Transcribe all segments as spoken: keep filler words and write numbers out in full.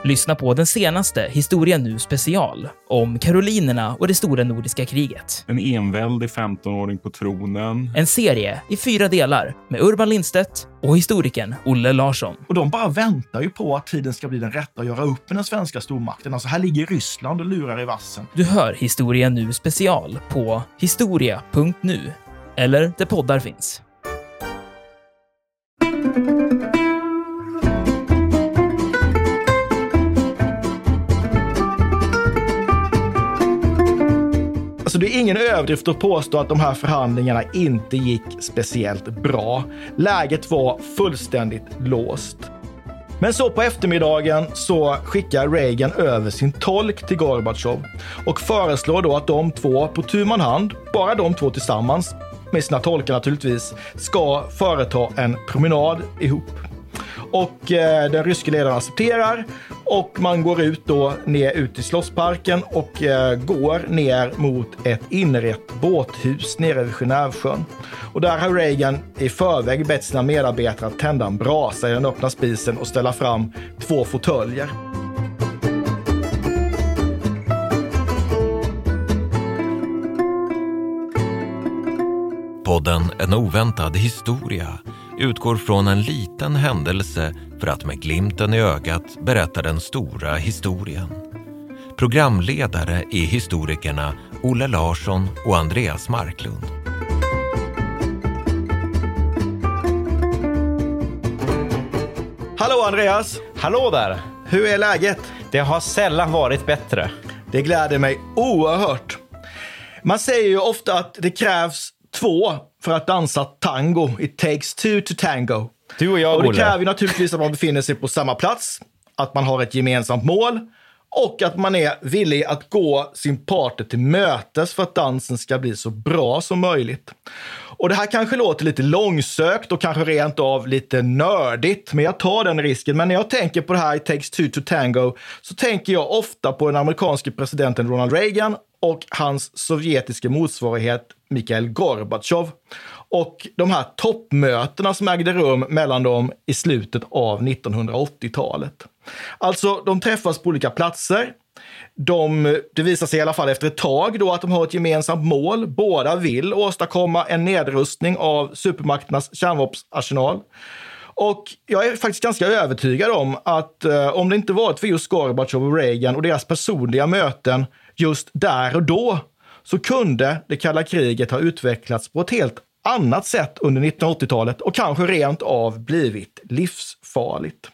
Lyssna på den senaste Historia Nu special om Karolinerna och det stora nordiska kriget. En enväldig femtonåring på tronen. En serie i fyra delar med Urban Lindstedt och historikern Olle Larsson. Och de bara väntar ju på att tiden ska bli den rätta att göra upp med den svenska stormakten. Alltså här ligger Ryssland och lurar i vassen. Du hör Historia Nu special på historia punkt nu eller där poddar finns. Alltså det är ingen överdrift att påstå att de här förhandlingarna inte gick speciellt bra. Läget var fullständigt låst. Men så på eftermiddagen så skickar Reagan över sin tolk till Gorbatjov och föreslår då att de två på tu man hand, bara de två tillsammans, med sina tolkar naturligtvis, ska företa en promenad ihop. Och eh, den ryske ledaren accepterar och man går ut då ner ut i Slottsparken och eh, går ner mot ett inrett båthus nere vid Genèvesjön. Och där har Reagan i förväg bett sina medarbetare att tända en brasa i den öppna spisen och ställa fram två fåtöljer. Podden En oväntad historia utgår från en liten händelse för att med glimten i ögat berätta den stora historien. Programledare är historikerna Olle Larsson och Andreas Marklund. Hallå Andreas! Hallå där! Hur är läget? Det har sällan varit bättre. Det gläder mig oerhört. Man säger ju ofta att det krävs två för att dansa tango. It takes two to tango. Du och jag, Och det Olle. kräver ju naturligtvis att man befinner sig på samma plats, att man har ett gemensamt mål och att man är villig att gå sin partner till mötes för att dansen ska bli så bra som möjligt. Och det här kanske låter lite långsökt och kanske rent av lite nördigt, men jag tar den risken. Men när jag tänker på det här It takes two to tango så tänker jag ofta på den amerikanske presidenten Ronald Reagan och hans sovjetiska motsvarighet Mikhail Gorbatjov. Och de här toppmötena som ägde rum mellan dem i slutet av nittonhundraåttiotalet. Alltså, de träffas på olika platser. De, det visar sig i alla fall efter ett tag då att de har ett gemensamt mål. Båda vill åstadkomma en nedrustning av supermakternas kärnvapensarsenal. Och jag är faktiskt ganska övertygad om att eh, om det inte varit för just Gorbatjov och Reagan och deras personliga möten just där och då, så kunde det kalla kriget ha utvecklats på ett helt annat sätt under nittonhundraåttiotalet och kanske rent av blivit livsfarligt.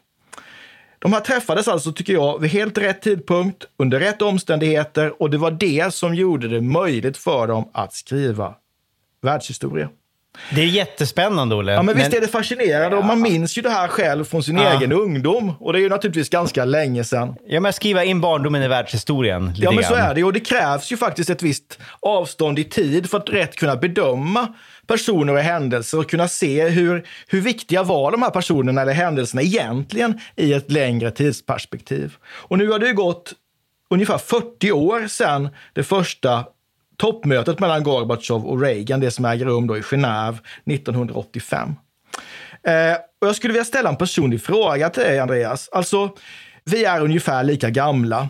De här träffades alltså, tycker jag, vid helt rätt tidpunkt, under rätt omständigheter, och det var det som gjorde det möjligt för dem att skriva världshistoria. Det är jättespännande, Olle. Ja, men visst är det fascinerande, och man minns ju det här själv från sin Ja. egen ungdom, och det är ju naturligtvis ganska länge sedan. Ja, men skriva in barndomen i världshistorien lite Ja, men så grann. är det, och det krävs ju faktiskt ett visst avstånd i tid för att rätt kunna bedöma personer och händelser och kunna se hur, hur viktiga var de här personerna eller händelserna egentligen i ett längre tidsperspektiv. Och nu har det ju gått ungefär fyrtio år sedan det första toppmötet mellan Gorbatjov och Reagan, det som äger rum då i Genève nittonhundraåttiofem. Eh, och jag skulle vilja ställa en personlig fråga till dig, Andreas. Alltså, vi är ungefär lika gamla.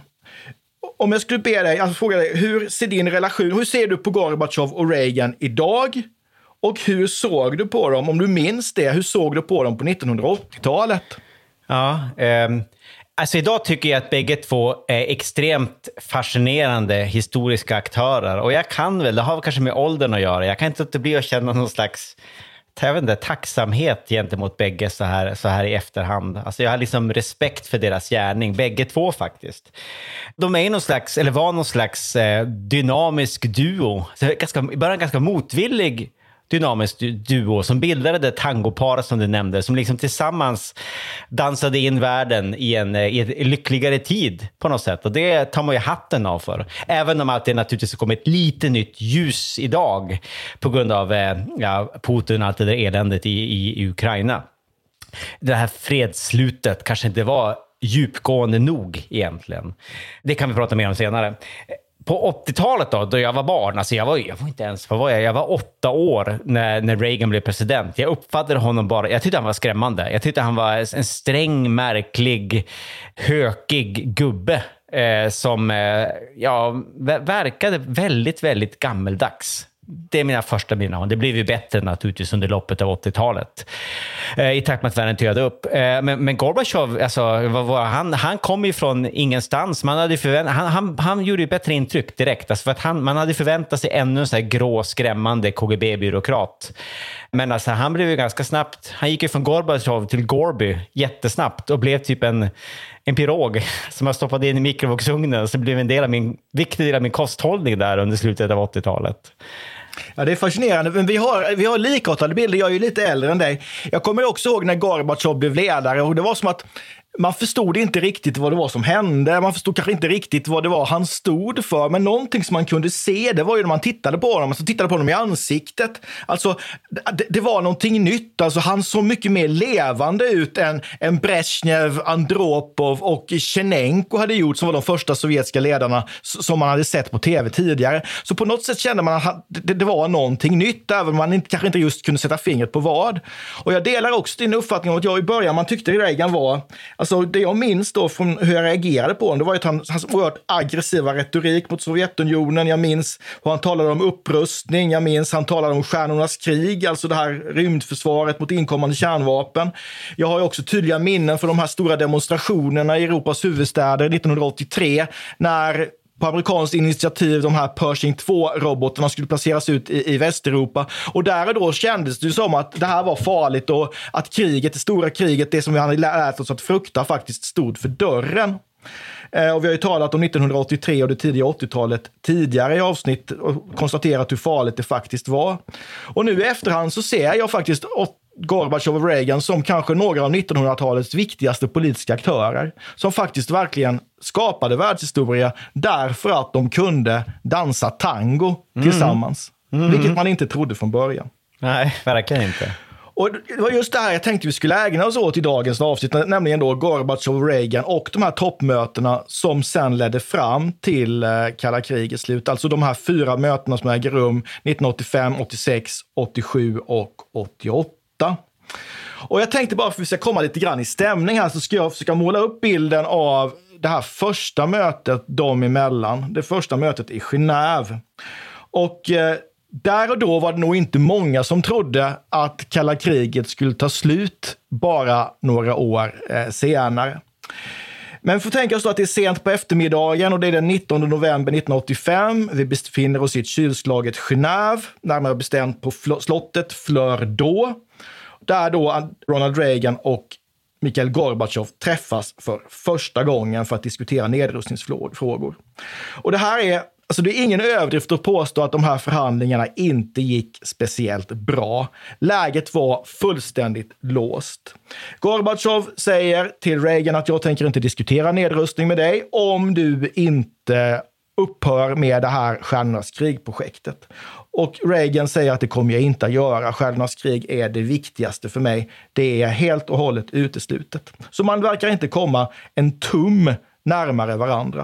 Om jag skulle be dig, alltså fråga dig, hur ser din relation, hur ser du på Gorbatjov och Reagan idag? Och hur såg du på dem, om du minns det, hur såg du på dem på nittonhundraåttiotalet? Ja, ehm, alltså idag tycker jag att bägge två är extremt fascinerande historiska aktörer. Och jag kan väl, det har kanske med åldern att göra, jag kan inte låta bli att känna någon slags jag vet inte, tacksamhet gentemot bägge så här, så här i efterhand. Alltså jag har liksom respekt för deras gärning, bägge två faktiskt. De är någon slags, eller var någon slags eh, dynamisk duo. Så ganska, i början ganska motvillig dynamisk duo som bildade det tangopar som du nämnde, som liksom tillsammans dansade in världen i en, i en lyckligare tid på något sätt. Och det tar man ju hatten av för. Även om att det naturligtvis har kommit lite nytt ljus idag på grund av ja, Putin och allt det där eländet i, i, i Ukraina. Det här fredsslutet kanske inte var djupgående nog egentligen. Det kan vi prata mer om senare. på åttiotalet då, då jag var barn, alltså jag var, jag var inte ens, vad var jag? Jag var åtta år när, när Reagan blev president. Jag uppfattade honom bara, jag tyckte han var skrämmande. Jag tyckte han var en sträng, märklig, hökig gubbe eh, som eh, ja, verkade väldigt, väldigt gammeldags. Det är mina första minnen. Det blev ju bättre naturligtvis under loppet av åttiotalet. Eh, I takt med att världen töade upp. Eh, men, men Gorbachev, alltså, vad var, han, han kom ju från ingenstans. Man hade förvänt, han, han, han gjorde ju bättre intryck direkt. Alltså för att han, man hade förväntat sig ännu en sån här grå, skrämmande K G B-byråkrat. Men alltså, han blev ju ganska snabbt. Han gick ju från Gorbachev till Gorby jättesnabbt och blev typ en, en pirog som jag stoppade in i mikrovågsugnen. Så blev en del av min, viktig del av min kosthållning där under slutet av åttiotalet. Ja, det är fascinerande. Men vi har, vi har likartade bilder. Jag är ju lite äldre än dig. Jag kommer också ihåg när Gorbachev blev ledare och det var som att man förstod inte riktigt vad det var som hände. Man förstod kanske inte riktigt vad det var han stod för. Men någonting som man kunde se, det var ju när man tittade på honom. Man tittade på honom i ansiktet. Alltså, det, det var någonting nytt. Alltså, han såg mycket mer levande ut än, än Brezhnev, Andropov och Tjernenko hade gjort, som var de första sovjetiska ledarna som man hade sett på tv tidigare. Så på något sätt kände man att det, det var någonting nytt, även om man inte, kanske inte just kunde sätta fingret på vad. Och jag delar också din uppfattning om att jag i början, man tyckte Reagan var... Alltså det jag minns då från hur jag reagerade på honom, det var ju att han, hans oerhört aggressiva retorik mot Sovjetunionen. Jag minns hur han talade om upprustning. Jag minns han talade om stjärnornas krig, alltså det här rymdförsvaret mot inkommande kärnvapen. Jag har ju också tydliga minnen för de här stora demonstrationerna i Europas huvudstäder nittonhundraåttiotre när på amerikanskt initiativ de här Pershing två-robotarna skulle placeras ut i, i Västeuropa. Och där och då kändes det som att det här var farligt och att kriget, det stora kriget, det som vi hade lärt oss att frukta, faktiskt stod för dörren. Eh, och vi har ju talat om nittonhundraåttiotre och det tidiga åttiotalet tidigare i avsnitt och konstaterat hur farligt det faktiskt var. Och nu i efterhand så ser jag faktiskt Gorbachev och Reagan som kanske några av nittonhundratalets viktigaste politiska aktörer som faktiskt verkligen skapade världshistoria därför att de kunde dansa tango tillsammans. Mm. Mm. Vilket man inte trodde från början. Nej, verkligen inte. Och det var just det här jag tänkte vi skulle ägna oss åt i dagens avsnitt, nämligen då Gorbachev och Reagan och de här toppmötena som sen ledde fram till eh, kalla krigets slut. Alltså de här fyra mötena som äger rum nittonhundraåttiofem, åttiosex, åttiosju och åttioåtta. Och jag tänkte bara för att vi ska komma lite grann i stämning här så ska jag försöka måla upp bilden av det här första mötet dem emellan. Det första mötet i Genève. Och eh, där och då var det nog inte många som trodde att kalla kriget skulle ta slut bara några år eh, senare. Men vi får tänka oss då att det är sent på eftermiddagen och det är den nittonde november nittonhundraåttiofem. Vi befinner oss i ett kylslaget Genève, närmare bestämt på fl- slottet Fleur d'Eau. Där då Ronald Reagan och Mikhail Gorbachev träffas för första gången för att diskutera nedrustningsfrågor. Och det här är, alltså det är ingen överdrift att påstå att de här förhandlingarna inte gick speciellt bra. Läget var fullständigt låst. Gorbachev säger till Reagan att jag tänker inte diskutera nedrustning med dig om du inte upphör med det här Stjärnornas krig-projektet. Och Reagan säger att det kommer jag inte att göra. Stjärnornas krig är det viktigaste för mig. Det är helt och hållet uteslutet. Så man verkar inte komma en tum närmare varandra.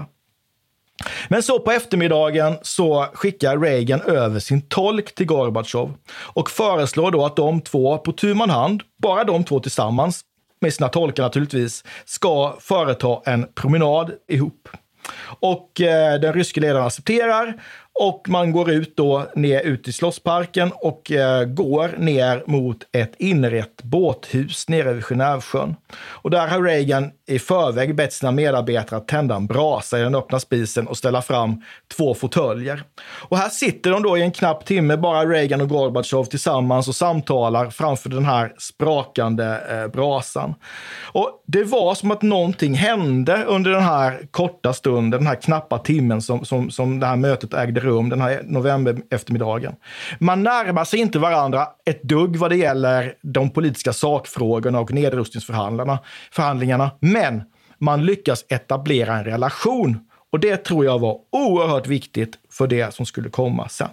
Men så på eftermiddagen så skickar Reagan över sin tolk till Gorbachev och föreslår då att de två på tu man hand, bara de två tillsammans, med sina tolkar naturligtvis, ska företa en promenad ihop. Och eh, den ryska ledaren accepterar och man går ut då ner ut i Slottsparken och eh, går ner mot ett inrett båthus nere vid Genèvesjön. Och där har Reagan i förväg bett sina medarbetare att tända en brasa i den öppna spisen och ställa fram två fåtöljer. Och här sitter de då i en knapp timme, bara Reagan och Gorbachev tillsammans och samtalar framför den här sprakande eh, brasan. Och det var som att någonting hände under den här korta stunden, den här knappa timmen som, som, som det här mötet ägde rum, den här november eftermiddagen. Man närmar sig inte varandra ett dugg vad det gäller de politiska sakfrågorna och nedrustningsförhandlingarna, förhandlingarna, men man lyckas etablera en relation. Och det tror jag var oerhört viktigt för det som skulle komma sen.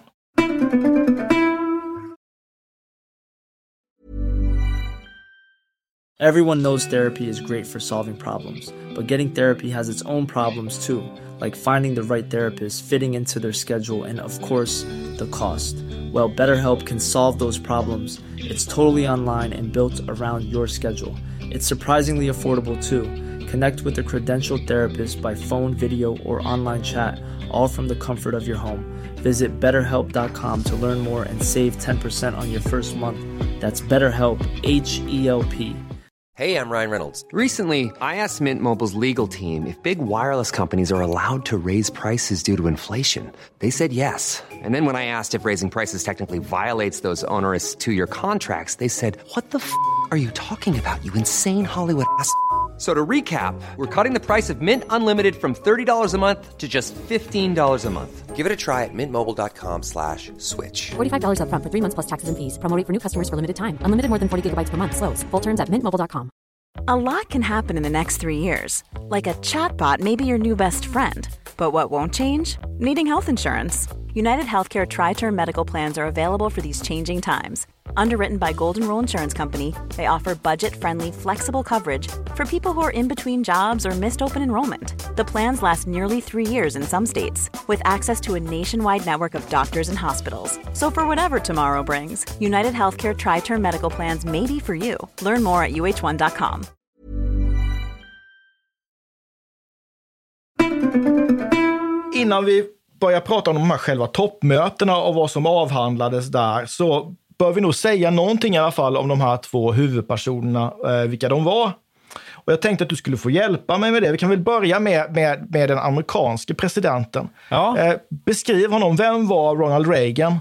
Everyone knows therapy is great for solving problems, but getting therapy has its own problems too, like finding the right therapist, fitting into their schedule, and of course, the cost. Well, BetterHelp can solve those problems. It's totally online and built around your schedule. It's surprisingly affordable too. Connect with a credentialed therapist by phone, video, or online chat, all from the comfort of your home. Visit better help dot com to learn more and save ten percent on your first month. That's BetterHelp, H E L P. Hey, I'm Ryan Reynolds. Recently, I asked Mint Mobile's legal team if big wireless companies are allowed to raise prices due to inflation. They said yes. And then when I asked if raising prices technically violates those onerous two-year contracts, they said, "What the f*** are you talking about, you insane Hollywood ass?" So to recap, we're cutting the price of Mint Unlimited from thirty dollars a month to just fifteen dollars a month. Give it a try at mintmobile.com slash switch. forty-five dollars up front for three months plus taxes and fees. Promo rate for new customers for limited time. Unlimited more than forty gigabytes per month. Slows full terms at mint mobile dot com. A lot can happen in the next three years. Like a chatbot may be your new best friend. But what won't change? Needing health insurance. United Healthcare Tri-Term Medical Plans are available for these changing times. Underwritten by Golden Rule Insurance Company, they offer budget-friendly, flexible coverage for people who are in between jobs or missed open enrollment. The plans last nearly three years in some states, with access to a nationwide network of doctors and hospitals. So for whatever tomorrow brings, United Healthcare Tri-Term Medical Plans may be for you. Learn more at u h one dot com. Innan vi börjar prata om de här själva toppmötena och vad som avhandlades där, så bör vi nog säga någonting i alla fall om de här två huvudpersonerna, eh, vilka de var. Och jag tänkte att du skulle få hjälpa mig med det. Vi kan väl börja med, med, med den amerikanske presidenten. Ja. Eh, beskriv honom. Vem var Ronald Reagan?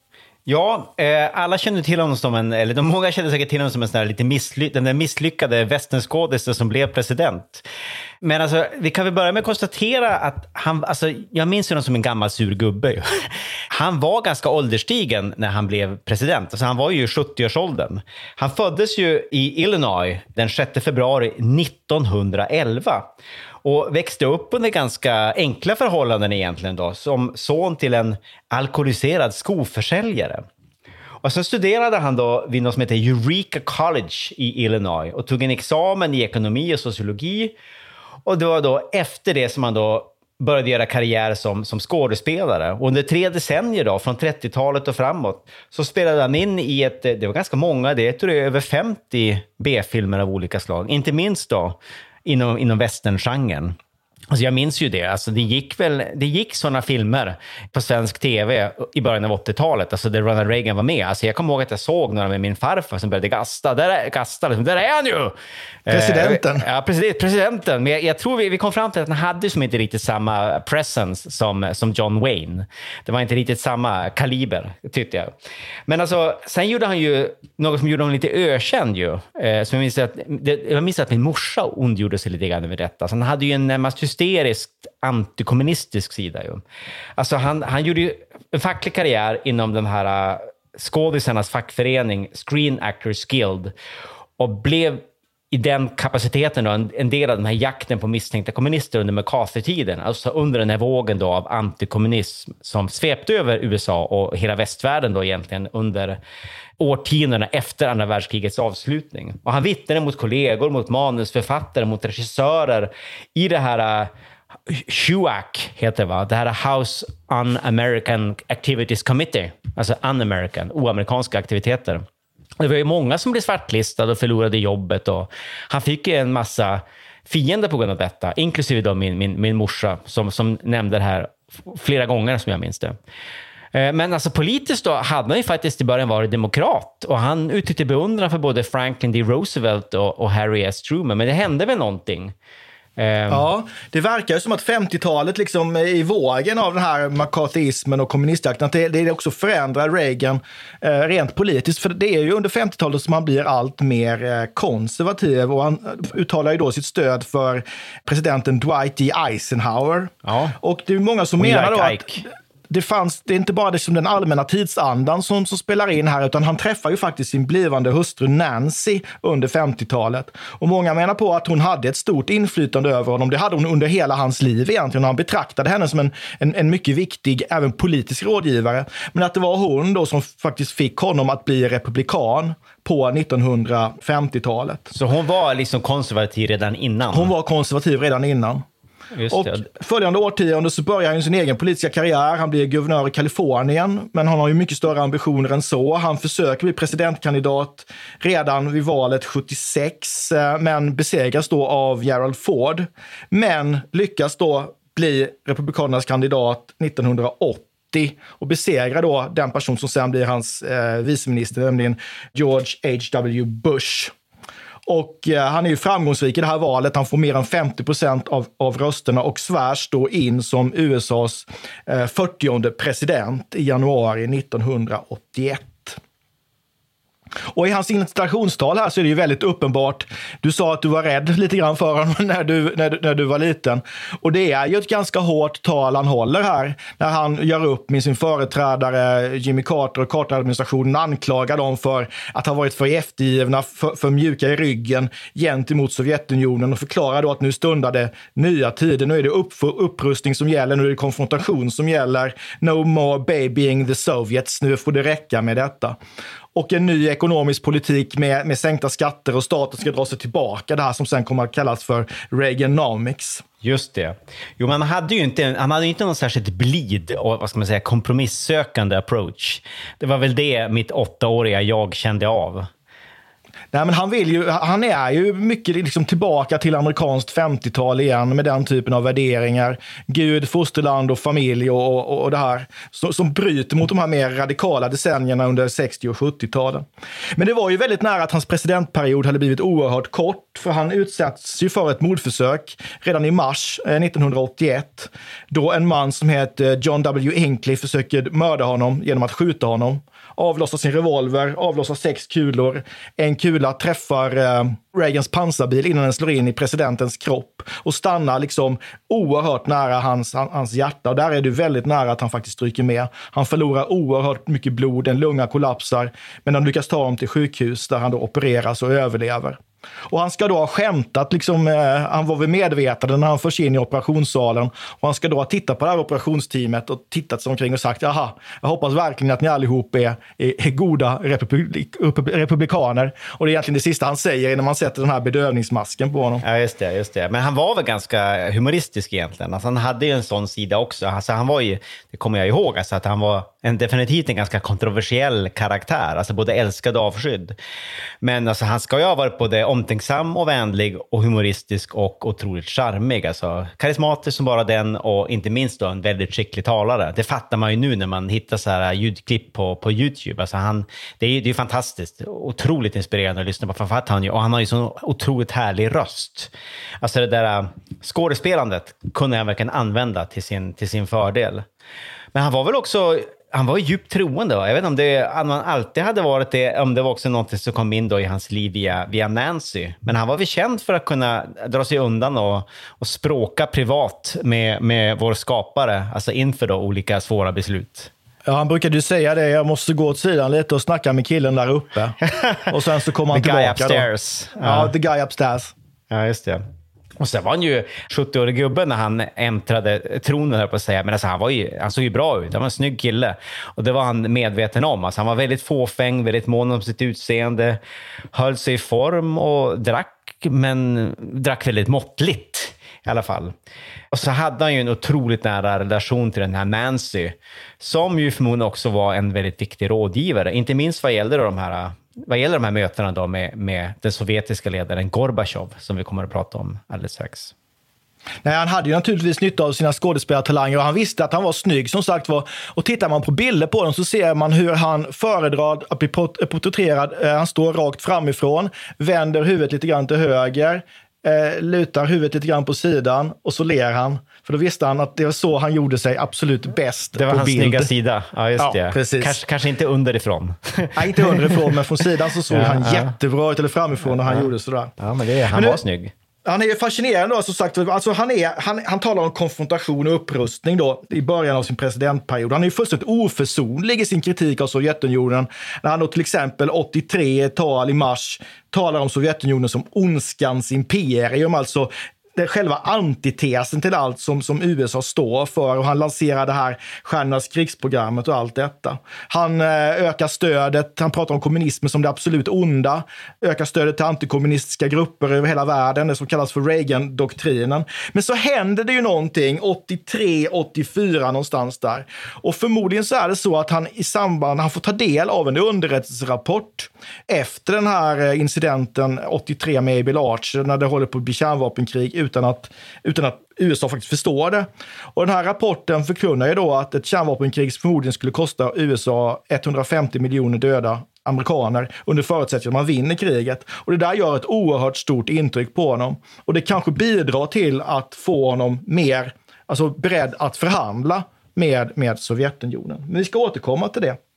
Ja, eh, alla känner till honom som en, eller de många känner säkert till honom som en sån här lite missly- den där misslyckade västernskådisen som blev president. Men alltså, vi kan väl börja med att konstatera att han, alltså, jag minns honom som en gammal sur gubbe. Han var ganska ålderstigen när han blev president. Alltså, han var ju i sjuttio-årsåldern. Han föddes ju i Illinois den sjätte februari nittonhundraelva. Och växte upp under ganska enkla förhållanden egentligen då, som son till en alkoholiserad skoförsäljare. Och sen studerade han då vid något som heter Eureka College i Illinois och tog en examen i ekonomi och sociologi. Och det var då efter det som han då började göra karriär som, som skådespelare. Och under tre decennier då, från trettiotalet och framåt, så spelade han in i ett, det var ganska många, det tror jag över femtio B-filmer av olika slag. Inte minst då inom, inom westerngenren. Alltså jag minns ju det, alltså det gick väl det gick såna filmer på svensk tv i början av åttiotalet, alltså där Ronald Reagan var med. Alltså jag kommer ihåg att jag såg några med min farfar som började gasta. Där är gasta, liksom, där är han ju. Presidenten. Eh, ja, precis, presidenten. Men jag, jag tror vi, vi kom fram till att han hade som inte riktigt samma presence som som John Wayne. Det var inte riktigt samma kaliber, tyckte jag. Men alltså sen gjorde han ju något som gjorde honom lite ökänd ju. Eh, som jag minns att det, jag minns att min morsa ondgjorde sig lite grann över detta. Så han hade ju en närmast hysteriskt antikommunistisk sida ju. Alltså han, han gjorde ju en facklig karriär inom den här uh, skådisarnas fackförening Screen Actors Guild och blev i den kapaciteten då, en, en del av den här jakten på misstänkta kommunister under McCarthy-tiden, alltså under den här vågen då av antikommunism som svepte över U S A och hela västvärlden då egentligen under årtiondena efter andra världskrigets avslutning. Och han vittnade mot kollegor, mot manusförfattare, mot regissörer i det här uh, H U A C heter det va? Det här House Un-American Activities Committee, alltså un-American, oamerikanska aktiviteter. Det var ju många som blev svartlistade och förlorade jobbet och han fick en massa fiender på grund av detta, inklusive då min, min, min morsa som, som nämnde det här flera gånger som jag minns det. Men alltså politiskt då hade han ju faktiskt i början varit demokrat och han uttryckte beundran för både Franklin D. Roosevelt och, och Harry S. Truman, men det hände väl någonting. Ja, det verkar ju som att femtiotalet liksom i vågen av den här McCarthyismen och kommunistakten, det, det också förändrar Reagan eh, rent politiskt, för det är ju under femtiotalet som han blir allt mer eh, konservativ och han uttalar ju då sitt stöd för presidenten Dwight D. Eisenhower. Ja. Och det är många som menar då att det fanns, det är inte bara liksom den allmänna tidsandan som, som spelar in här, utan han träffar ju faktiskt sin blivande hustru Nancy under femtiotalet. Och många menar på att hon hade ett stort inflytande över honom. Det hade hon under hela hans liv egentligen. Han betraktade henne som en, en, en mycket viktig, även politisk rådgivare. Men att det var hon då som faktiskt fick honom att bli republikan på nittonhundrafemtiotalet. Så hon var liksom konservativ redan innan? Hon var konservativ redan innan. Och följande årtionde så börjar han sin egen politiska karriär. Han blir guvernör i Kalifornien, men han har ju mycket större ambitioner än så. Han försöker bli presidentkandidat redan vid valet sjuttiosex, men besegras då av Gerald Ford. Men lyckas då bli republikanernas kandidat nittonhundraåttio och besegrar då den person som sen blir hans eh, viceminister, nämligen George H W Bush. Och eh, han är ju framgångsrik i det här valet. Han får mer än femtio procent av, av rösterna och svärs då in som U S A:s eh, fyrtionde president i januari nittonhundraåttioett. Och i hans installationstal här så är det ju väldigt uppenbart. Du sa att du var rädd lite grann för honom när du, när, du, när du var liten. Och det är ju ett ganska hårt tal han håller här. När han gör upp med sin företrädare Jimmy Carter och Carter-administrationen, anklagar dem för att ha varit för eftergivna, för, för mjuka i ryggen gentemot Sovjetunionen, och förklarar då att nu stundade nya tider. Nu är det upp, upprustning som gäller, nu är det konfrontation som gäller. No more babying the Soviets, nu får det räcka med detta. Och en ny ekonomisk politik med, med sänkta skatter, och staten ska dra sig tillbaka, det här som sen kommer att kallas för Reaganomics. Just det. Jo, men han hade ju inte, han hade ju inte någon särskilt blid och vad ska man säga, kompromissökande approach. Det var väl det mitt åttaåriga jag kände av. Nej, men han vill ju, han är ju mycket liksom tillbaka till amerikanskt femtiotal igen med den typen av värderingar. Gud, fosterland och familj och, och, och det här som, som bryter mot de här mer radikala decennierna under sextio- och sjuttio-talen. Men det var ju väldigt nära att hans presidentperiod hade blivit oerhört kort, för han utsätts ju för ett mordförsök redan i mars nittonhundraåttioett, då en man som heter John W. Hinckley försöker mörda honom genom att skjuta honom. Avlossar sin revolver, avlossar sex kulor. En kula träffar eh, Reagans pansarbil innan den slår in i presidentens kropp och stannar liksom oerhört nära hans, hans hjärta. Och där är det väldigt nära att han faktiskt stryker med. Han förlorar oerhört mycket blod, en lunga kollapsar, men de lyckas ta honom till sjukhus där han då opereras och överlever. Och han ska då ha skämtat, liksom, eh, han var väl medveten när han förs in i operationssalen, och han ska då ha tittat på det här operationsteamet och tittat sig omkring och sagt, jaha, jag hoppas verkligen att ni allihop är, är, är goda republik, republikaner. Och det är egentligen det sista han säger innan man sätter den här bedövningsmasken på honom. Ja, just det, just det. Men han var väl ganska humoristisk egentligen. Alltså, han hade ju en sån sida också. Alltså, han var ju, det kommer jag ihåg, alltså, att han var en, definitivt en ganska kontroversiell karaktär. Alltså både älskad och avskydd. Men alltså, han ska ju ha varit både omtänksam och vänlig och humoristisk och otroligt charmig. Alltså, karismatisk som bara den, och inte minst då en väldigt skicklig talare. Det fattar man ju nu när man hittar så här ljudklipp på, på YouTube. Alltså han, det är ju det är fantastiskt. Otroligt inspirerande att lyssna på. Framförallt han ju, och han har ju så otroligt härlig röst. Alltså det där skådespelandet kunde han verkligen använda till sin, till sin fördel. Men han var väl också... Han var djupt troende. Va? Jag vet inte om det om han alltid hade varit det, om det var också något som kom in då i hans liv via, via Nancy. Men han var väl känd för att kunna dra sig undan och, och språka privat med, med vår skapare, alltså inför då olika svåra beslut. Ja, han brukade ju säga det, jag måste gå åt sidan lite och snacka med killen där uppe. Och sen så kommer han the tillbaka. Guy upstairs. Då. Ja, the guy upstairs. Ja, just det. Och sen var han ju sjuttio-årig gubben när han äntrade tronen, här på att säga. Men alltså, han, var ju, han såg ju bra ut. Han var en snygg kille. Och det var han medveten om. Alltså, han var väldigt fåfäng, väldigt mån om sitt utseende. Höll sig i form och drack, men drack väldigt måttligt i alla fall. Och så hade han ju en otroligt nära relation till den här Nancy, som ju förmodligen också var en väldigt viktig rådgivare. Inte minst vad gällde de här... Vad gäller de här mötena då med, med den sovjetiska ledaren Gorbachev, som vi kommer att prata om alldeles strax? Nej, han hade ju naturligtvis nytta av sina skådespelartalanger, och han visste att han var snygg, som sagt var. Och tittar man på bilder på dem så ser man hur han föredrar att bli porträtterad. Han står rakt framifrån, vänder huvudet lite grann till höger, eh, lutar huvudet lite grann på sidan, och så ler han. För då visste han att det var så han gjorde sig absolut bäst på bild. Det var hans bild. snygga sida. Ja, just ja, det. Precis. Kanske, kanske inte underifrån. Nej, inte underifrån, men från sidan så såg ja, han ja. jättebra ut, eller framifrån, när han ja. gjorde sådär. Ja, men det, han men var nu, snygg. Han är fascinerande då, som sagt. Alltså han, är, han, han talar om konfrontation och upprustning då i början av sin presidentperiod. Han är ju fullständigt oförsonlig i sin kritik av Sovjetunionen. När han då till exempel åttiotre ett tal i mars talar om Sovjetunionen som ondskans imperium, alltså det själva antitesen till allt som, som U S A står för, och han lanserar det här Stjärnornas krigsprogrammet och allt detta. Han eh, ökar stödet, han pratar om kommunismen som det absolut onda, ökar stödet till antikommunistiska grupper över hela världen, det som kallas för Reagan-doktrinen. Men så händer det ju någonting åttiotre åttiofyra någonstans där. Och förmodligen så är det så att han i samband, han får ta del av en underrättelserapport efter den här incidenten åttiotre med Able Archer, när det håller på att bli kärnvapenkrig utan att, utan att U S A faktiskt förstår det. Och den här rapporten förkunnar ju då att ett kärnvapenkrig förmodligen skulle kosta U S A etthundrafemtio miljoner döda amerikaner under förutsättning att man vinner kriget. Och det där gör ett oerhört stort intryck på honom. Och det kanske bidrar till att få honom mer, alltså beredd att förhandla med, med Sovjetunionen. Men vi ska återkomma till det.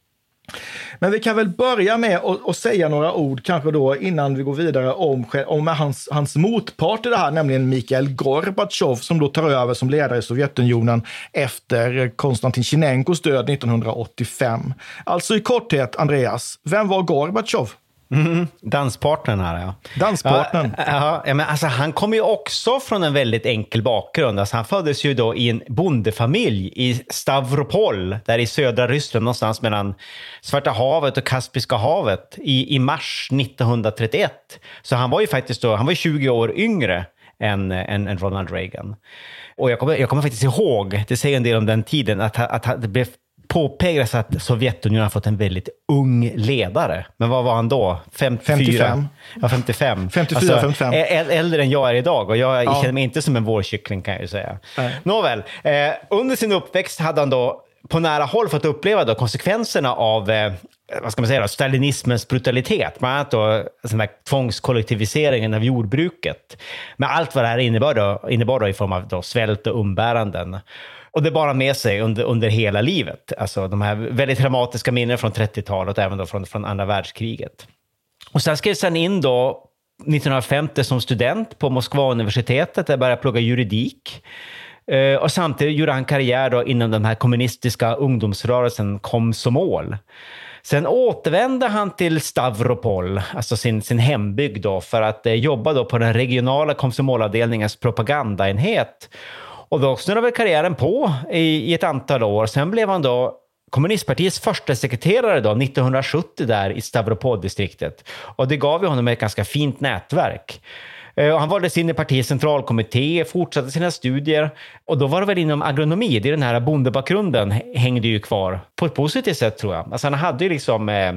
Men vi kan väl börja med att, att säga några ord kanske då innan vi går vidare om, om hans, hans motpart i det här, nämligen Mikhail Gorbatjov, som då tar över som ledare i Sovjetunionen efter Konstantin Tjernenkovs död nittonhundraåttiofem. Alltså i korthet, Andreas, vem var Gorbatjov? Mm, danspartnern här, ja. Danspartnern. Ja, ja, men alltså, han kommer ju också från en väldigt enkel bakgrund. Alltså, han föddes ju då i en bondefamilj i Stavropol, där i södra Ryssland, någonstans mellan Svarta havet och Kaspiska havet i, i mars nittonhundratrettioett. Så han var ju faktiskt då, han var tjugo år yngre än, än, än Ronald Reagan. Och jag kommer, jag kommer faktiskt ihåg, det säger en del om den tiden, att, att, att det blev påpekas att Sovjetunionen har fått en väldigt ung ledare. Men vad var han då? femtiofyra? femtiofem. Ja, femtiofem. femtiofyra, alltså, femtiofem. Äldre än jag är idag. Och jag ja. känner mig inte som en vårkyckling, kan jag ju säga. Nej. Nåväl, eh, under sin uppväxt hade han då på nära håll fått uppleva då konsekvenserna av eh, vad ska man säga då, stalinismens brutalitet. Bland annat då den här tvångskollektiviseringen av jordbruket. Med allt vad det här innebar då, innebar då i form av då svält och umbäranden. Och det bara med sig under, under hela livet. Alltså de här väldigt dramatiska minnen från trettiotalet och även då från, från andra världskriget. Och sen skrevs han in då nittonhundrafemtio som student på Moskva-universitetet där började plugga juridik. Uh, och samtidigt gjorde han karriär då inom den här kommunistiska ungdomsrörelsen Komsomol. Sen återvände han till Stavropol, alltså sin, sin hembygd då, för att eh, jobba då på den regionala Komsomolavdelningens propagandaenhet. Och då snurrade väl karriären på i, i ett antal år. Sen blev han då kommunistpartiets första sekreterare då, nittonhundrasjuttio där i Stavropol-distriktet. Och det gav ju honom ett ganska fint nätverk. Och han valdes in i partiets centralkommitté, fortsatte sina studier. Och då var det väl inom agronomi, det är den här bondebakgrunden hängde ju kvar. På ett positivt sätt tror jag. Alltså han hade ju liksom eh,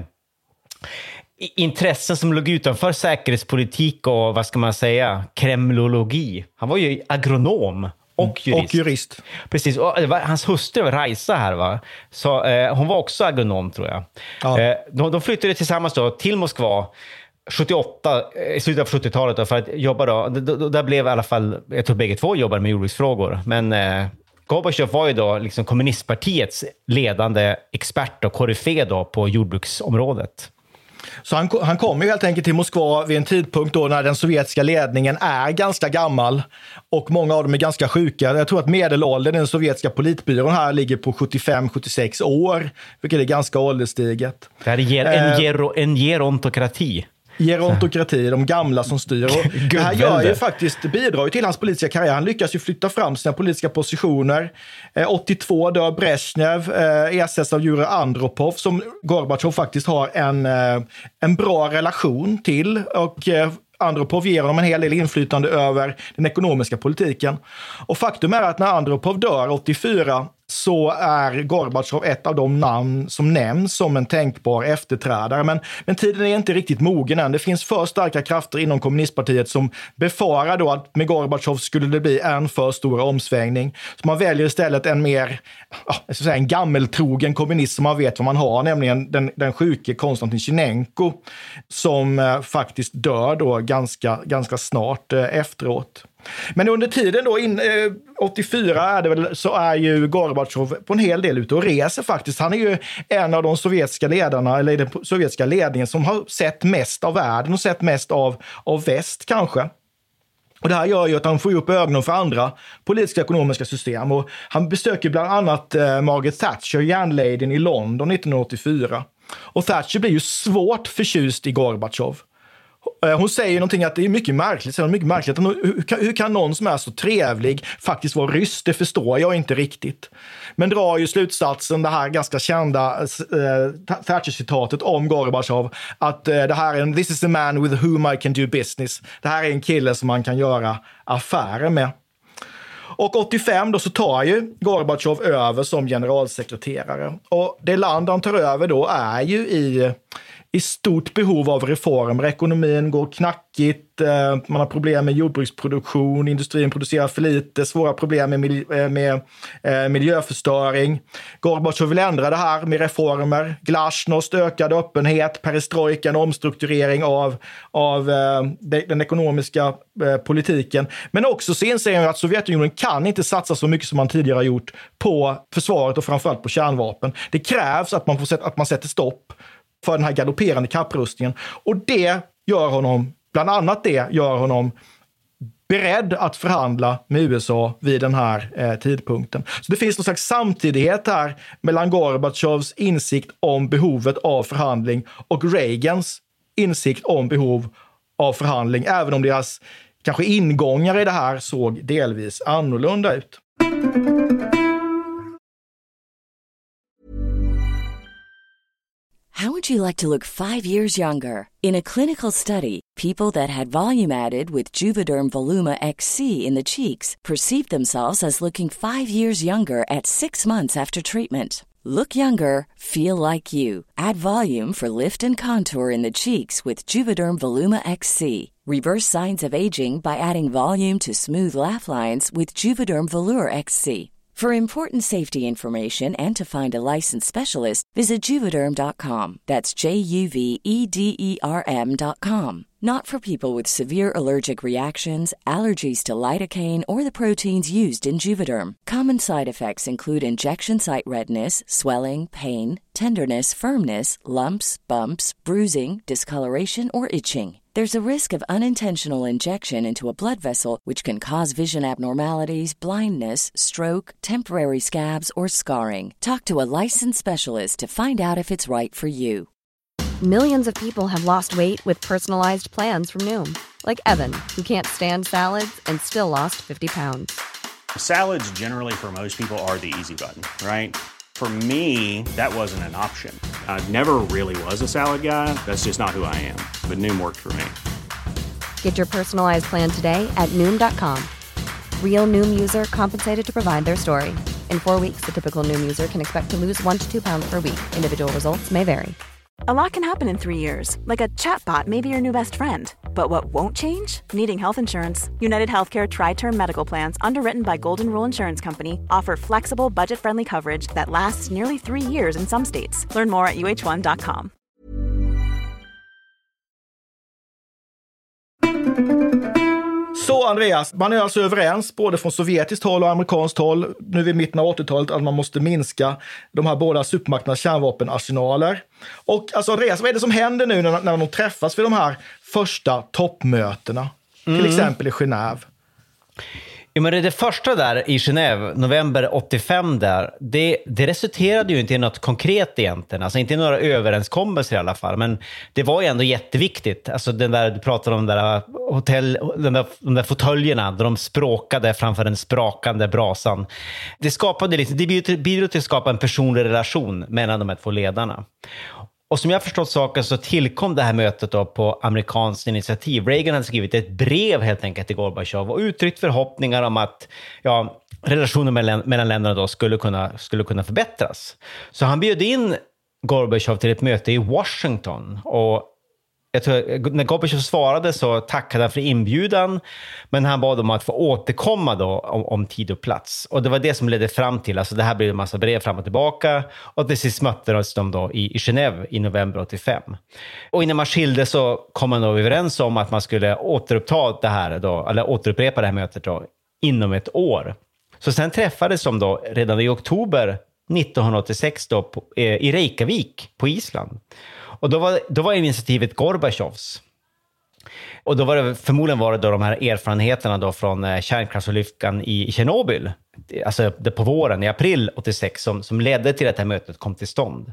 intressen som låg utanför säkerhetspolitik och vad ska man säga, kremlologi. Han var ju agronom. Och jurist. Och jurist. Precis, och det var, hans hustru var Raisa här va. Så eh, hon var också agronom tror jag. Ja. Eh, de, de flyttade tillsammans då till Moskva sjuttioåtta, i slutet av sjuttiotalet då, för att jobba då. D- d- där blev i alla fall, jag tror bägge två jobbade med jordbruksfrågor. Men eh, Gorbatjov var ju då liksom kommunistpartiets ledande expert och koryfé då på jordbruksområdet. Så han, han kommer ju helt enkelt till Moskva vid en tidpunkt då när den sovjetiska ledningen är ganska gammal och många av dem är ganska sjuka. Jag tror att medelåldern i den sovjetiska politbyrån här ligger på sjuttiofem sjuttiosex år, vilket är ganska ålderstiget. Det här är ger, en, gero, en gerontokrati. Gerontokrati, de gamla som styr. Och det här gör ju faktiskt, bidrar ju till hans politiska karriär. Han lyckas ju flytta fram sina politiska positioner. Eh, åttiotvå dör Brezhnev, eh, ersätts av Jurij Andropov som Gorbatjov faktiskt har en, eh, en bra relation till. Och eh, Andropov ger honom en hel del inflytande över den ekonomiska politiken. Och faktum är att när Andropov dör åttiofyra så är Gorbatjov ett av de namn som nämns som en tänkbar efterträdare. Men, men tiden är inte riktigt mogen än. Det finns för starka krafter inom kommunistpartiet som befarar då att med Gorbatjov skulle det bli en för stor omsvängning. Så man väljer istället en mer, jag ska säga, en gammeltrogen kommunist som man vet vad man har, nämligen den, den sjuke Konstantin Tjernenko som eh, faktiskt dör då ganska, ganska snart eh, efteråt. Men under tiden då, in, eh, åttiofyra är det väl, så är ju Gorbatjov på en hel del ute och reser faktiskt. Han är ju en av de sovjetiska ledarna, eller den sovjetiska ledningen som har sett mest av världen och sett mest av, av väst kanske. Och det här gör ju att han får upp ögonen för andra politiska och ekonomiska system. Och han besöker bland annat eh, Margaret Thatcher, järnladyn i London nittonhundraåttiofyra. Och Thatcher blir ju svårt förtjust i Gorbatjov. Hon säger någonting att det är mycket märkligt. Så är det mycket märkligt. Hur kan, hur kan någon som är så trevlig faktiskt vara ryss? Det förstår jag inte riktigt. Men drar ju slutsatsen, det här ganska kända äh, Thatcher-citatet om Gorbatjov, att äh, det här är en "This is a man with whom I can do business". Det här är en kille som man kan göra affärer med. Och åttiofem då så tar ju Gorbatjov över som generalsekreterare. Och det land han tar över då är ju i... i stort behov av reformer. Ekonomin går knackigt, man har problem med jordbruksproduktion, industrin producerar för lite, svåra problem med, mil- med eh, miljöförstöring. Gorbatjov vill ändra det här med reformer, glasnost, ökad öppenhet, perestrojka, en omstrukturering av, av eh, den ekonomiska eh, politiken. Men också så inser han att Sovjetunionen kan inte satsa så mycket som man tidigare har gjort på försvaret och framförallt på kärnvapen. Det krävs att man, får sätt, att man sätter stopp för den här galopperande kapprustningen. Och det gör honom, bland annat det gör honom beredd att förhandla med U S A vid den här eh, tidpunkten. Så det finns någon slags samtidighet här mellan Gorbatjovs insikt om behovet av förhandling och Reagans insikt om behov av förhandling, även om deras kanske ingångar i det här såg delvis annorlunda ut. How would you like to look five years younger? In a clinical study, people that had volume added with Juvederm Voluma X C in the cheeks perceived themselves as looking five years younger at six months after treatment. Look younger, feel like you. Add volume for lift and contour in the cheeks with Juvederm Voluma X C. Reverse signs of aging by adding volume to smooth laugh lines with Juvederm Volure X C. For important safety information and to find a licensed specialist, visit Juvederm dot com. That's J U V E D E R M dot com. Not for people with severe allergic reactions, allergies to lidocaine, or the proteins used in Juvederm. Common side effects include injection site redness, swelling, pain, tenderness, firmness, lumps, bumps, bruising, discoloration, or itching. There's a risk of unintentional injection into a blood vessel, which can cause vision abnormalities, blindness, stroke, temporary scabs, or scarring. Talk to a licensed specialist to find out if it's right for you. Millions of people have lost weight with personalized plans from Noom. Like Evan, who can't stand salads and still lost fifty pounds. Salads generally for most people are the easy button, right? For me, that wasn't an option. I never really was a salad guy. That's just not who I am. But Noom worked for me. Get your personalized plan today at Noom dot com. Real Noom user compensated to provide their story. In four weeks, the typical Noom user can expect to lose one to two pounds per week. Individual results may vary. A lot can happen in three years, like a chatbot may be your new best friend. But what won't change? Needing health insurance. United Healthcare Tri-Term Medical Plans, underwritten by Golden Rule Insurance Company, offer flexible, budget-friendly coverage that lasts nearly three years in some states. Learn more at U H one dot com. Så Andreas, man är alltså överens både från sovjetiskt håll och amerikanskt håll nu vid mitten av åttiotalet att man måste minska de här båda supermakternas kärnvapenarsenaler. Och alltså Andreas, vad är det som händer nu när, när de träffas vid de här första toppmötena? Mm. Till exempel i Genève. Ja, men det första där i Genève, november åttiofem där, det, det resulterade ju inte i något konkret egentligen. Alltså inte i några överenskommelser i alla fall. Men det var ju ändå jätteviktigt. Alltså den där, du pratade om den där hotell, den där, de där fåtöljerna där de språkade framför den sprakande brasan. Det skapade lite, det bidrog till att skapa en personlig relation mellan de här två ledarna. Och som jag förstått saken så tillkom det här mötet då på amerikanskt initiativ. Reagan hade skrivit ett brev helt enkelt till Gorbatjov och uttryckt förhoppningar om att ja, relationen mellan, mellan länderna då skulle kunna, skulle kunna förbättras. Så han bjöd in Gorbatjov till ett möte i Washington och jag tror, när Gorbatjov svarade så tackade han för inbjudan, men han bad om att få återkomma då om, om tid och plats. Och det var det som ledde fram till, alltså det här blev en massa brev fram och tillbaka, och till sist möttes de då i, i Genève i november åttiofem. Och innan man skilde så kom man då överens om att man skulle återuppta det här då, eller återupprepa det här mötet då inom ett år. Så sen träffades de då redan i oktober nittonhundraåttiosex då på, eh, i Reykjavik på Island. Och då var, då var initiativet Gorbatjovs. Och då var det förmodligen var det då de här erfarenheterna då från kärnkraftsolyckan i Tjernobyl, alltså det på våren i april åttiosex som, som ledde till att det här mötet kom till stånd.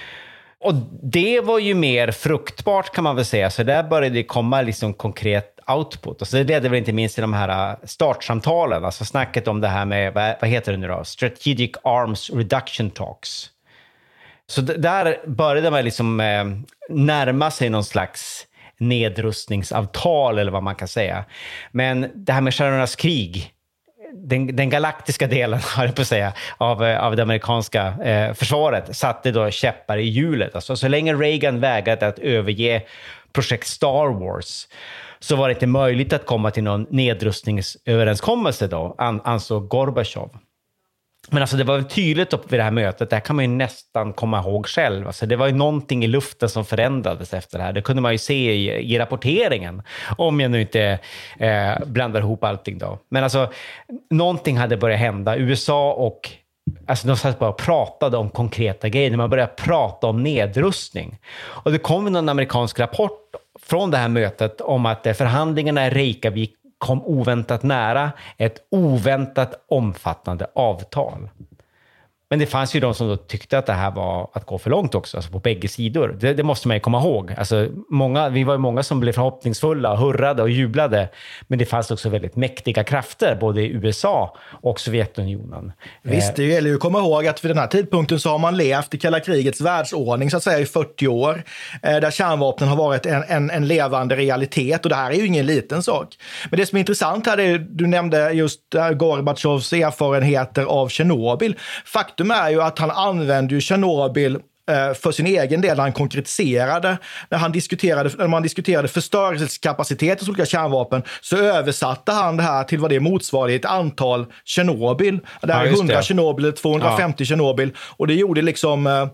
Och det var ju mer fruktbart kan man väl säga, så där började det komma liksom konkret output. Och så det ledde väl inte minst till de här startsamtalen, alltså snacket om det här med, vad, vad heter det nu då? Strategic Arms Reduction Talks. Så d- där började man liksom eh, närma sig någon slags nedrustningsavtal eller vad man kan säga. Men det här med Stjärnornas krig, den, den galaktiska delen har jag på att säga, av, av det amerikanska eh, försvaret satte då käppar i hjulet. Alltså, så länge Reagan vägrade att överge projekt Star Wars så var det inte möjligt att komma till någon nedrustningsöverenskommelse då, an, ansåg Gorbachev. Men alltså det var väl tydligt upp vid det här mötet, det här kan man ju nästan komma ihåg själv. Alltså det var ju någonting i luften som förändrades efter det här. Det kunde man ju se i, i rapporteringen, om jag nu inte eh, blandar ihop allting då. Men alltså, någonting hade börjat hända. U S A och, alltså de satt bara och pratade om konkreta grejer. Man började prata om nedrustning. Och det kom någon amerikansk rapport från det här mötet om att eh, förhandlingarna i Reykjavik kom oväntat nära ett oväntat omfattande avtal. Men det fanns ju de som då tyckte att det här var att gå för långt också, alltså på bägge sidor. Det, det måste man ju komma ihåg. Alltså många, vi var ju många som blev förhoppningsfulla, hurrade och jublade. Men det fanns också väldigt mäktiga krafter, både i U S A och Sovjetunionen. Visst, det gäller ju att komma ihåg att vid den här tidpunkten så har man levt i kalla krigets världsordning så att säga i fyrtio år. Där kärnvapnen har varit en, en, en levande realitet, och det här är ju ingen liten sak. Men det som är intressant här är, du nämnde just Gorbachevs erfarenheter av Tjernobyl. Faktum är ju att han använde ju Tjernobyl för sin egen del när han konkretiserade, när, han diskuterade, när man diskuterade förstörelseskapacitet hos olika kärnvapen, så översatte han det här till vad det motsvarar i ett antal Tjernobyl. Det här är hundra Tjernobyl, tvåhundrafemtio ja. Tjernobyl, och det gjorde liksom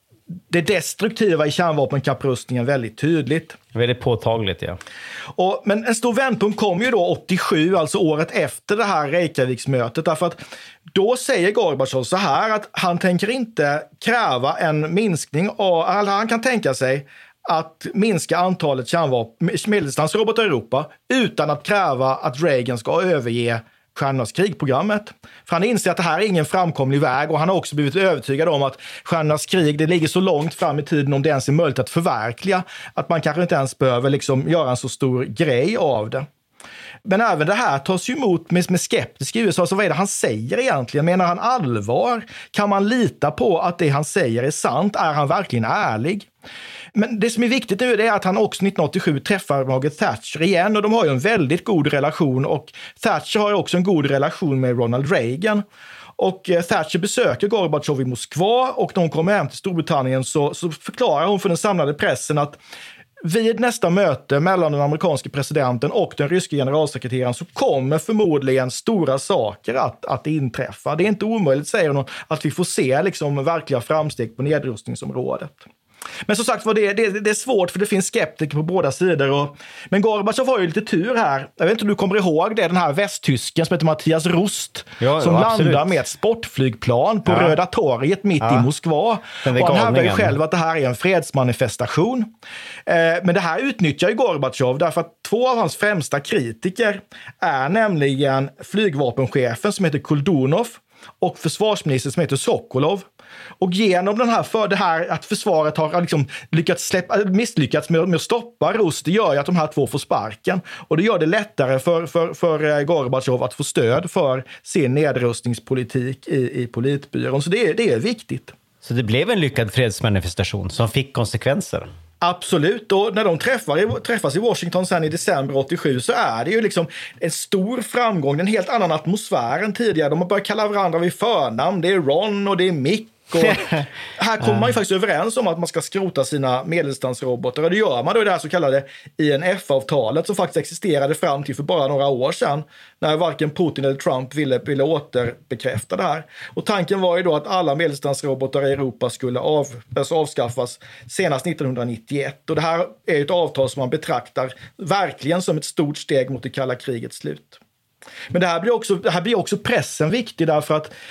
det destruktiva i kärnvapenkapprustningen väldigt tydligt. Väldigt påtagligt, ja. Och, men en stor vändpunkt kom ju då åttiosju, alltså året efter det här Reykjaviksmötet, därför att då säger Gorbachev så här att han tänker inte kräva en minskning av, eller han kan tänka sig att minska antalet kärnvapen, medeldistansrobotar i Europa utan att kräva att Reagan ska överge Stjärnornas krig-programmet. För han inser att det här är ingen framkomlig väg, och han har också blivit övertygad om att Stjärnornas krig, det ligger så långt fram i tiden om det ens är möjligt att förverkliga, att man kanske inte ens behöver liksom göra en så stor grej av det. Men även det här tas ju emot med, med skeptisk i U S A. Så vad är det han säger egentligen? Menar han allvar? Kan man lita på att det han säger är sant? Är han verkligen ärlig? Men det som är viktigt nu är att han också nittonhundraåttiosju träffar Margaret Thatcher igen, och de har ju en väldigt god relation, och Thatcher har ju också en god relation med Ronald Reagan. Och Thatcher besöker Gorbachev i Moskva, och när hon kommer hem till Storbritannien så, så förklarar hon för den samlade pressen att vid nästa möte mellan den amerikanska presidenten och den ryska generalsekreteraren så kommer förmodligen stora saker att, att inträffa. Det är inte omöjligt, säger hon, att vi får se liksom verkliga framsteg på nedrustningsområdet. Men som sagt var det, det, det är svårt, för det finns skeptiker på båda sidor. Och, men Gorbachev har ju lite tur här. Jag vet inte om du kommer ihåg det, den här västtysken som heter Mattias Rust, ja, som ja, landar med ett sportflygplan på ja. Röda torget mitt ja. i Moskva. Och han hävdar ju själv att det här är en fredsmanifestation. Eh, men det här utnyttjar ju Gorbachev därför att två av hans främsta kritiker är nämligen flygvapenchefen som heter Kuldunov och försvarsministern som heter Sokolov. Och genom den här, för det här att försvaret har liksom lyckats släppa, misslyckats med, med att stoppa Rust, det gör ju att de här två får sparken. Och det gör det lättare för, för, för Gorbachev att få stöd för sin nedrustningspolitik i, i politbyrån. Så det är, det är viktigt. Så det blev en lyckad fredsmanifestation som fick konsekvenser? Absolut, och när de träffar, träffas i Washington sen i december åttiosju så är det ju liksom en stor framgång, en helt annan atmosfär än tidigare. De har börjat kalla varandra vid förnamn, det är Ron och det är Mick. Och här kommer man ju faktiskt överens om att man ska skrota sina medeldistansrobotar, och det gör man då i det här så kallade I N F-avtalet som faktiskt existerade fram till för bara några år sedan, när varken Putin eller Trump ville, ville återbekräfta det här. Och tanken var ju då att alla medeldistansrobotar i Europa skulle av, alltså avskaffas senast nittonhundranittioett, och det här är ett avtal som man betraktar verkligen som ett stort steg mot det kalla krigets slut. Men det här blir också, det här blir också pressen viktig, därför att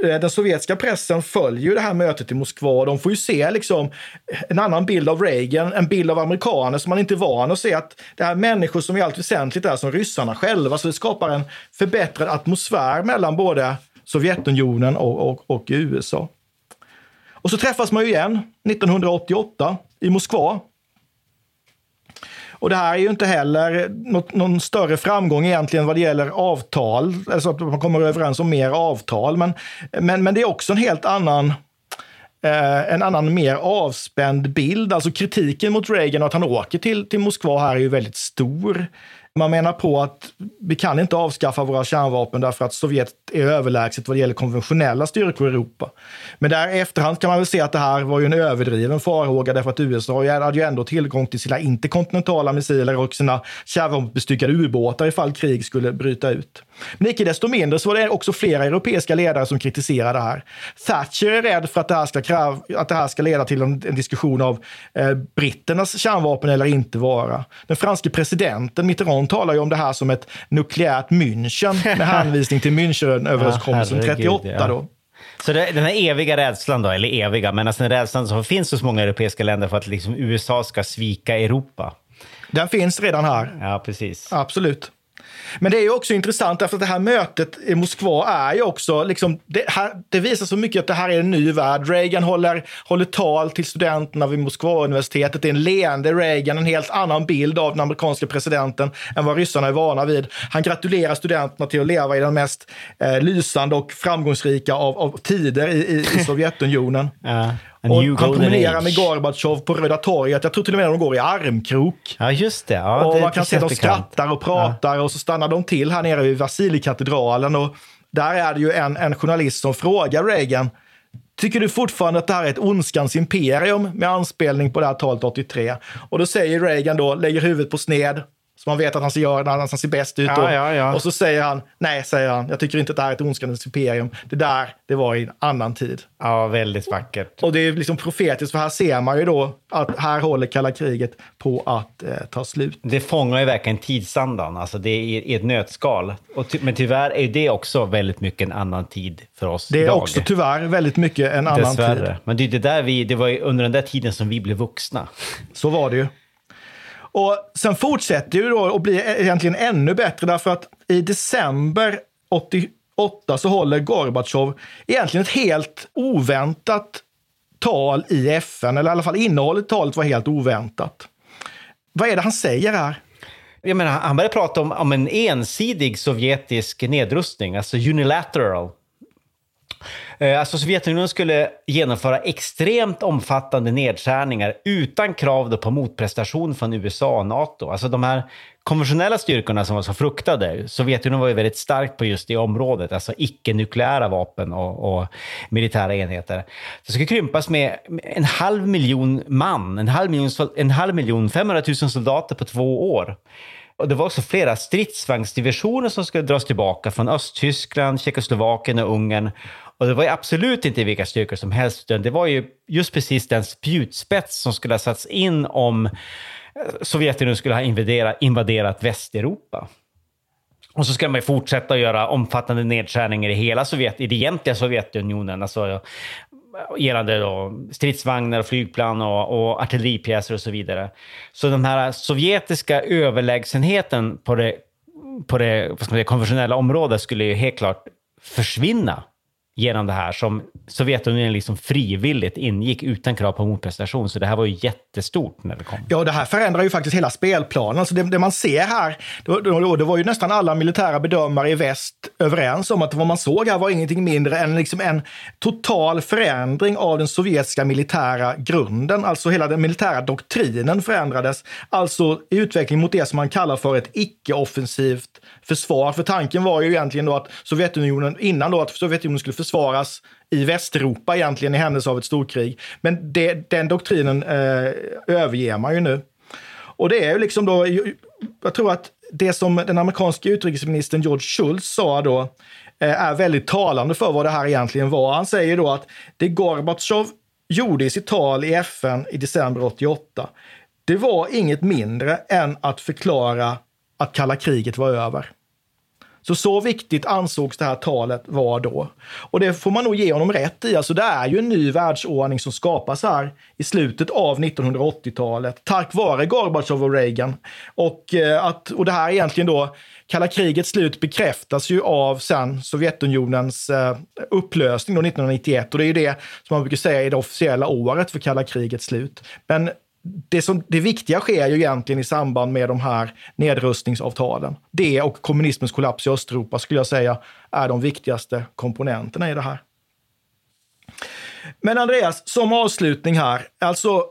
den sovjetiska pressen följer ju det här mötet i Moskva. De får ju se liksom en annan bild av Reagan, en bild av amerikaner som man inte är van att se, att det här människor som i allt väsentligt är som ryssarna själva. Så det skapar en förbättrad atmosfär mellan både Sovjetunionen och, och, och U S A. Och så träffas man ju igen nittonhundraåttioåtta i Moskva. Och det här är ju inte heller något, någon större framgång egentligen vad det gäller avtal, alltså att man kommer överens om mer avtal, men, men, men det är också en helt annan, eh, en annan mer avspänd bild. Alltså kritiken mot Reagan och att han åker till, till Moskva här är ju väldigt stor. Man menar på att vi kan inte avskaffa våra kärnvapen därför att Sovjet är överlägset vad det gäller konventionella styrkor i Europa. Men där i efterhand kan man väl se att det här var ju en överdriven farhåga därför att U S A hade ju ändå tillgång till sina interkontinentala missiler och sina kärnvapenbestyckade ubåtar ifall krig skulle bryta ut. Men icke desto mindre så var det också flera europeiska ledare som kritiserade det här. Thatcher är rädd för att det här ska, kräva, att det här ska leda till en, en diskussion av eh, britternas kärnvapen eller inte vara. Den franske presidenten Mitterrand talar ju om det här som ett nukleärt München med hänvisning till Münchenöverenskommelsen ja, trettioåtta ja. Då. Så det, den här eviga rädslan då, eller eviga, men alltså den rädslan som finns hos många europeiska länder för att liksom U S A ska svika Europa. Den finns redan här. Ja, precis. Absolut. Men det är ju också intressant därför att det här mötet i Moskva är ju också liksom, det, här, det visar så mycket att det här är en ny värld. Reagan håller, håller tal till studenterna vid Moskva-universitetet. Det är en leende Reagan, en helt annan bild av den amerikanska presidenten än vad ryssarna är vana vid. Han gratulerar studenterna till att leva i den mest eh, lysande och framgångsrika av, av tider i, i, i Sovjetunionen. Ja. Och han promenerar med Gorbachev på Röda torget. Jag tror till och med att de går i armkrok. Ja, just det. Ja, och det, man kan se att de skrattar och pratar ja. Och så stannar de till här nere vid Vasilikatedralen. Och där är det ju en, en journalist som frågar Reagan: tycker du fortfarande att det här är ett ondskans imperium, med anspelning på det här talet åttiotre? Och då säger Reagan då, lägger huvudet på sned, så man vet att han ser, gör, när han ser bäst ut. Ja, ja, ja. Och så säger han, nej, säger han, jag tycker inte att det här är ett ondskans imperium. Det där, det var i en annan tid. Ja, väldigt vackert. Och det är liksom profetiskt, för här ser man ju då att här håller kalla kriget på att eh, ta slut. Det fångar ju verkligen tidsandan, alltså det är i ett nötskal. Och ty- men tyvärr är det också väldigt mycket en annan tid för oss Det är idag. också tyvärr väldigt mycket en annan Dessvärre. tid. Men det, är det, där vi, det var ju under den där tiden som vi blev vuxna. Så var det ju. Och sen fortsätter ju då att bli egentligen ännu bättre, därför att i december åttioåtta så håller Gorbachev egentligen ett helt oväntat tal i F N, eller i alla fall innehållet i talet var helt oväntat. Vad är det han säger här? Jag menar, han började prata om, om en ensidig sovjetisk nedrustning, alltså unilateral. Alltså Sovjetunionen skulle genomföra extremt omfattande nedskärningar utan krav då på motprestation från U S A och NATO. Alltså de här konventionella styrkorna som var så fruktade. Sovjetunionen var ju väldigt starkt på just det området, alltså icke-nukleära vapen och, och militära enheter. Det skulle krympas med en halv miljon man, en halv miljon, en halv miljon, femhundratusen soldater på två år. Och det var också flera stridsvagnsdivisioner som skulle dras tillbaka från Östtyskland, Tjeckoslovakien och Ungern. Och det var ju absolut inte vilka styrkor som helst, utan det var ju just precis den spjutspets som skulle ha satts in om Sovjetunionen skulle ha invaderat, invaderat Västeuropa. Och så ska man ju fortsätta att göra omfattande nedskärningar i hela Sovjet, i det egentliga Sovjetunionen, alltså gällande då stridsvagnar och flygplan och, och artilleripjäser och så vidare. Så den här sovjetiska överlägsenheten på det, på det, vad ska man säga, konventionella området skulle ju helt klart försvinna genom det här, som Sovjetunionen liksom frivilligt ingick utan krav på motprestation. Så det här var ju jättestort när det kom. Ja, det här förändrar ju faktiskt hela spelplanen. Alltså det, det man ser här, det, det, det var ju nästan alla militära bedömare i väst överens om att vad man såg här var ingenting mindre än liksom en total förändring av den sovjetiska militära grunden. Alltså hela den militära doktrinen förändrades. Alltså i utveckling mot det som man kallar för ett icke-offensivt försvar. För tanken var ju egentligen då att Sovjetunionen, innan då att Sovjetunionen skulle försvaras i Västeuropa egentligen i händelse av ett storkrig. Men det, den doktrinen eh, överger man ju nu. Och det är ju liksom då, jag tror att det som den amerikanska utrikesministern George Shultz sa då eh, är väldigt talande för vad det här egentligen var. Han säger då att det Gorbachev gjorde i sitt tal i F N i december åttioåtta, det var inget mindre än att förklara att kalla kriget var över. Så så viktigt ansågs det här talet vara då. Och det får man nog ge honom rätt i. Alltså det är ju en ny världsordning som skapas här i slutet av nittonhundraåttiotalet tack vare Gorbatjov och Reagan. Och, eh, att, och det här egentligen då, kalla krigets slut bekräftas ju av sen Sovjetunionens eh, upplösning då nittonhundranittioett. Och det är ju det som man brukar säga är det officiella året för kalla krigets slut. Men Det, som, det viktiga sker ju egentligen i samband med de här nedrustningsavtalen. Det och kommunismens kollaps i Östeuropa skulle jag säga är de viktigaste komponenterna i det här. Men Andreas, som avslutning här, alltså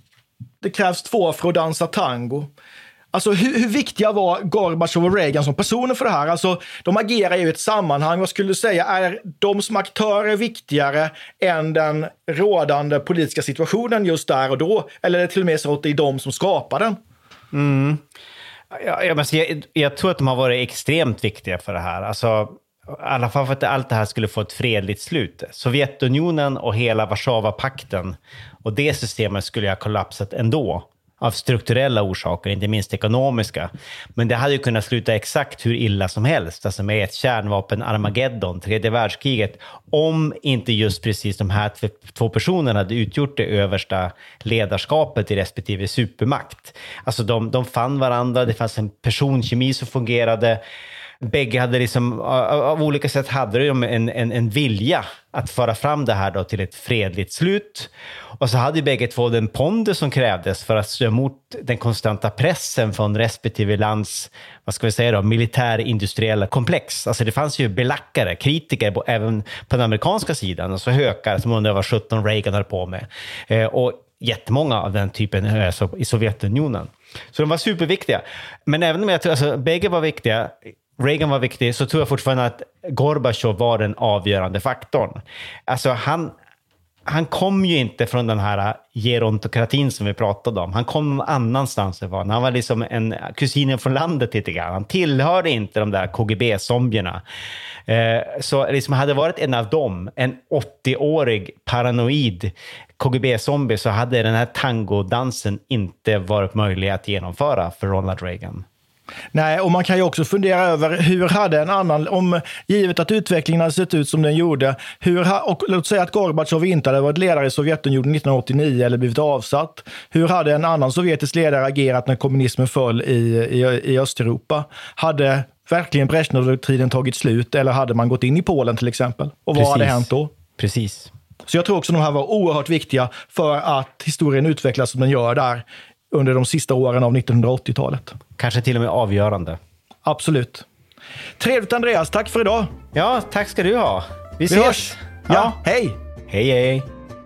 det krävs två för att dansa tango. Alltså hur, hur viktiga var Gorbatjov och Reagan som personer för det här? Alltså de agerar ju i ett sammanhang. Vad skulle du säga, är de som aktörer viktigare än den rådande politiska situationen just där och då? Eller är det till och med så att det är de som skapar den? Mm. Jag, jag, jag, jag tror att de har varit extremt viktiga för det här. Alltså, i alla fall för att allt det här skulle få ett fredligt slut. Sovjetunionen och hela Warszawapakten och det systemet skulle ha kollapsat ändå. Av strukturella orsaker, inte minst ekonomiska. Men det hade ju kunnat sluta exakt hur illa som helst. Alltså med ett kärnvapen-Armageddon, tredje världskriget. Om inte just precis de här två personerna hade utgjort det översta ledarskapet i respektive supermakt. Alltså de, de fann varandra, det fanns en personkemi som fungerade. Bägge hade liksom, av olika sätt hade de en, en, en vilja att föra fram det här då till ett fredligt slut. Och så hade ju bägge två den pondus som krävdes för att stå emot den konstanta pressen från respektive lands, vad ska vi säga då, militärindustriella komplex. Alltså det fanns ju belackare, kritiker på, även på den amerikanska sidan, alltså hökar som undrar vad sjutton Reagan höll på med. Eh, och jättemånga av den typen eh, i Sovjetunionen. Så de var superviktiga. Men även om jag tror, alltså bägge var viktiga, Reagan var viktig, så tror jag fortfarande att Gorbatjov var den avgörande faktorn. Alltså han, han kom ju inte från den här gerontokratin som vi pratade om. Han kom någon annanstans ifrån. Han var liksom en kusinen från landet lite grann. Han tillhörde inte de där K G B-zombierna. Eh, så liksom hade varit en av dem, en åttio-årig paranoid K G B-zombie, så hade den här tangodansen inte varit möjlig att genomföra för Ronald Reagan. Nej, och man kan ju också fundera över hur hade en annan, om givet att utvecklingen hade sett ut som den gjorde, hur, och låt säga att Gorbatjov inte hade varit ledare i Sovjetunionen nittonhundraåttionio eller blivit avsatt, hur hade en annan sovjetisk ledare agerat när kommunismen föll i, i, i Östeuropa? Hade verkligen Brezhnev-doktrinen tagit slut, eller hade man gått in i Polen till exempel? Och vad hade hänt då? Precis. Så jag tror också att de här var oerhört viktiga för att historien utvecklas som den gör där under de sista åren av nittonhundraåttiotalet. Kanske till och med avgörande. Absolut. Trevligt Andreas, tack för idag. Ja, tack ska du ha. Vi, Vi ses. hörs. Ja, ja, hej. Hej, hej.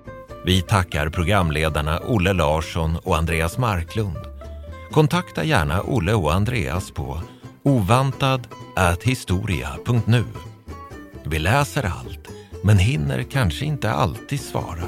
Vi tackar programledarna Olle Larsson och Andreas Marklund. Kontakta gärna Olle och Andreas på ovantad at historia punkt nu. Vi läser allt, men hinner kanske inte alltid svara.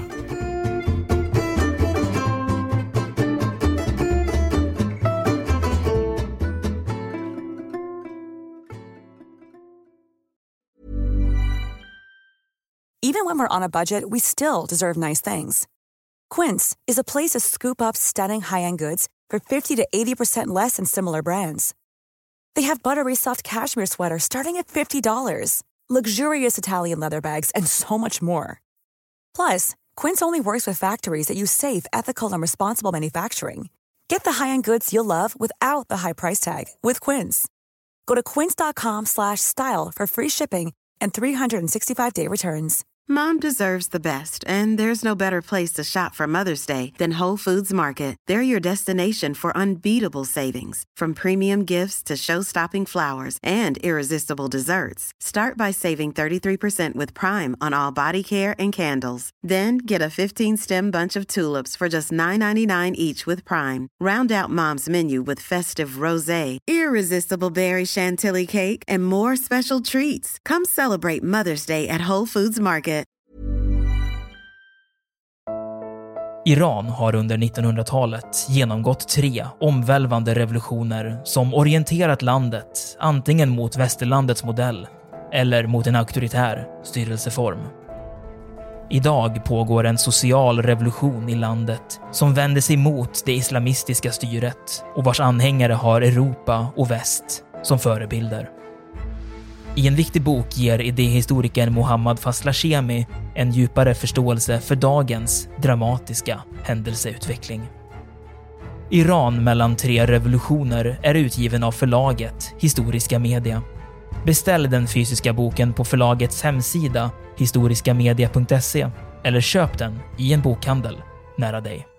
Even when we're on a budget, we still deserve nice things. Quince is a place to scoop up stunning high-end goods for fifty to eighty percent less than similar brands. They have buttery soft cashmere sweaters starting at fifty dollars, luxurious Italian leather bags, and so much more. Plus, Quince only works with factories that use safe, ethical, and responsible manufacturing. Get the high-end goods you'll love without the high price tag with Quince. Go to quince.com slash style for free shipping and three sixty-five day returns. Mom deserves the best, and there's no better place to shop for Mother's Day than Whole Foods Market. They're your destination for unbeatable savings, from premium gifts to show-stopping flowers and irresistible desserts. Start by saving thirty-three percent with Prime on all body care and candles. Then get a fifteen-stem bunch of tulips for just nine ninety-nine each with Prime. Round out Mom's menu with festive rosé, irresistible berry chantilly cake, and more special treats. Come celebrate Mother's Day at Whole Foods Market. Iran har under nittonhundratalet genomgått tre omvälvande revolutioner som orienterat landet antingen mot västerlandets modell eller mot en auktoritär styrelseform. Idag pågår en social revolution i landet som vänder sig mot det islamistiska styret och vars anhängare har Europa och väst som förebilder. I en viktig bok ger idéhistorikern Mohammad Faslashemi en djupare förståelse för dagens dramatiska händelseutveckling. Iran mellan tre revolutioner är utgiven av förlaget Historiska Media. Beställ den fysiska boken på förlagets hemsida historiskamedia punkt se eller köp den i en bokhandel nära dig.